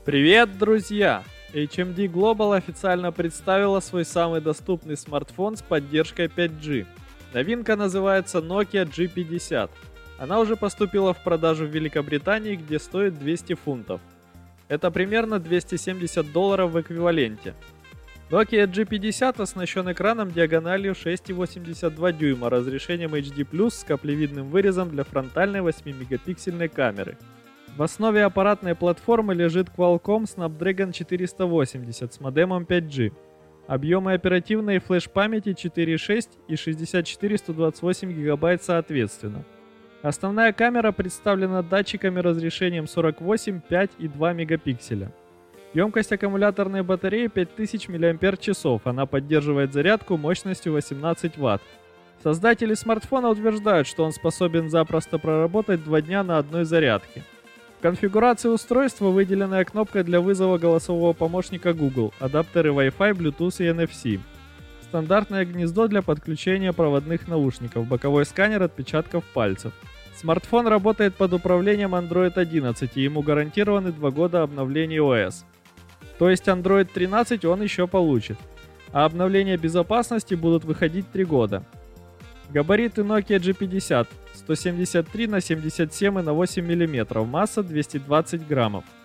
Привет, друзья! HMD Global официально представила свой самый доступный смартфон с поддержкой 5G. Новинка называется Nokia G50. Она уже поступила в продажу в Великобритании, где стоит 200 фунтов. Это примерно $270 в эквиваленте. Nokia G50 оснащен экраном диагональю 6,82 дюйма, разрешением HD+, с каплевидным вырезом для фронтальной 8-мегапиксельной камеры. В основе аппаратной платформы лежит Qualcomm Snapdragon 480 с модемом 5G. Объемы оперативной и флеш-памяти 4,6 и 64-128 ГБ соответственно. Основная камера представлена датчиками разрешением 48, 5 и 2 мегапикселя. Емкость аккумуляторной батареи 5000 мАч, она поддерживает зарядку мощностью 18 Вт. Создатели смартфона утверждают, что он способен запросто проработать 2 дня на одной зарядке. В конфигурации устройства выделенная кнопка для вызова голосового помощника Google, адаптеры Wi-Fi, Bluetooth и NFC. Стандартное гнездо для подключения проводных наушников, боковой сканер отпечатков пальцев. Смартфон работает под управлением Android 11 и ему гарантированы 2 года обновлений ОС. То есть Android 13 он еще получит, а обновления безопасности будут выходить 3 года. Габариты Nokia G50 173 на 77 и на 8 мм, масса 220 граммов.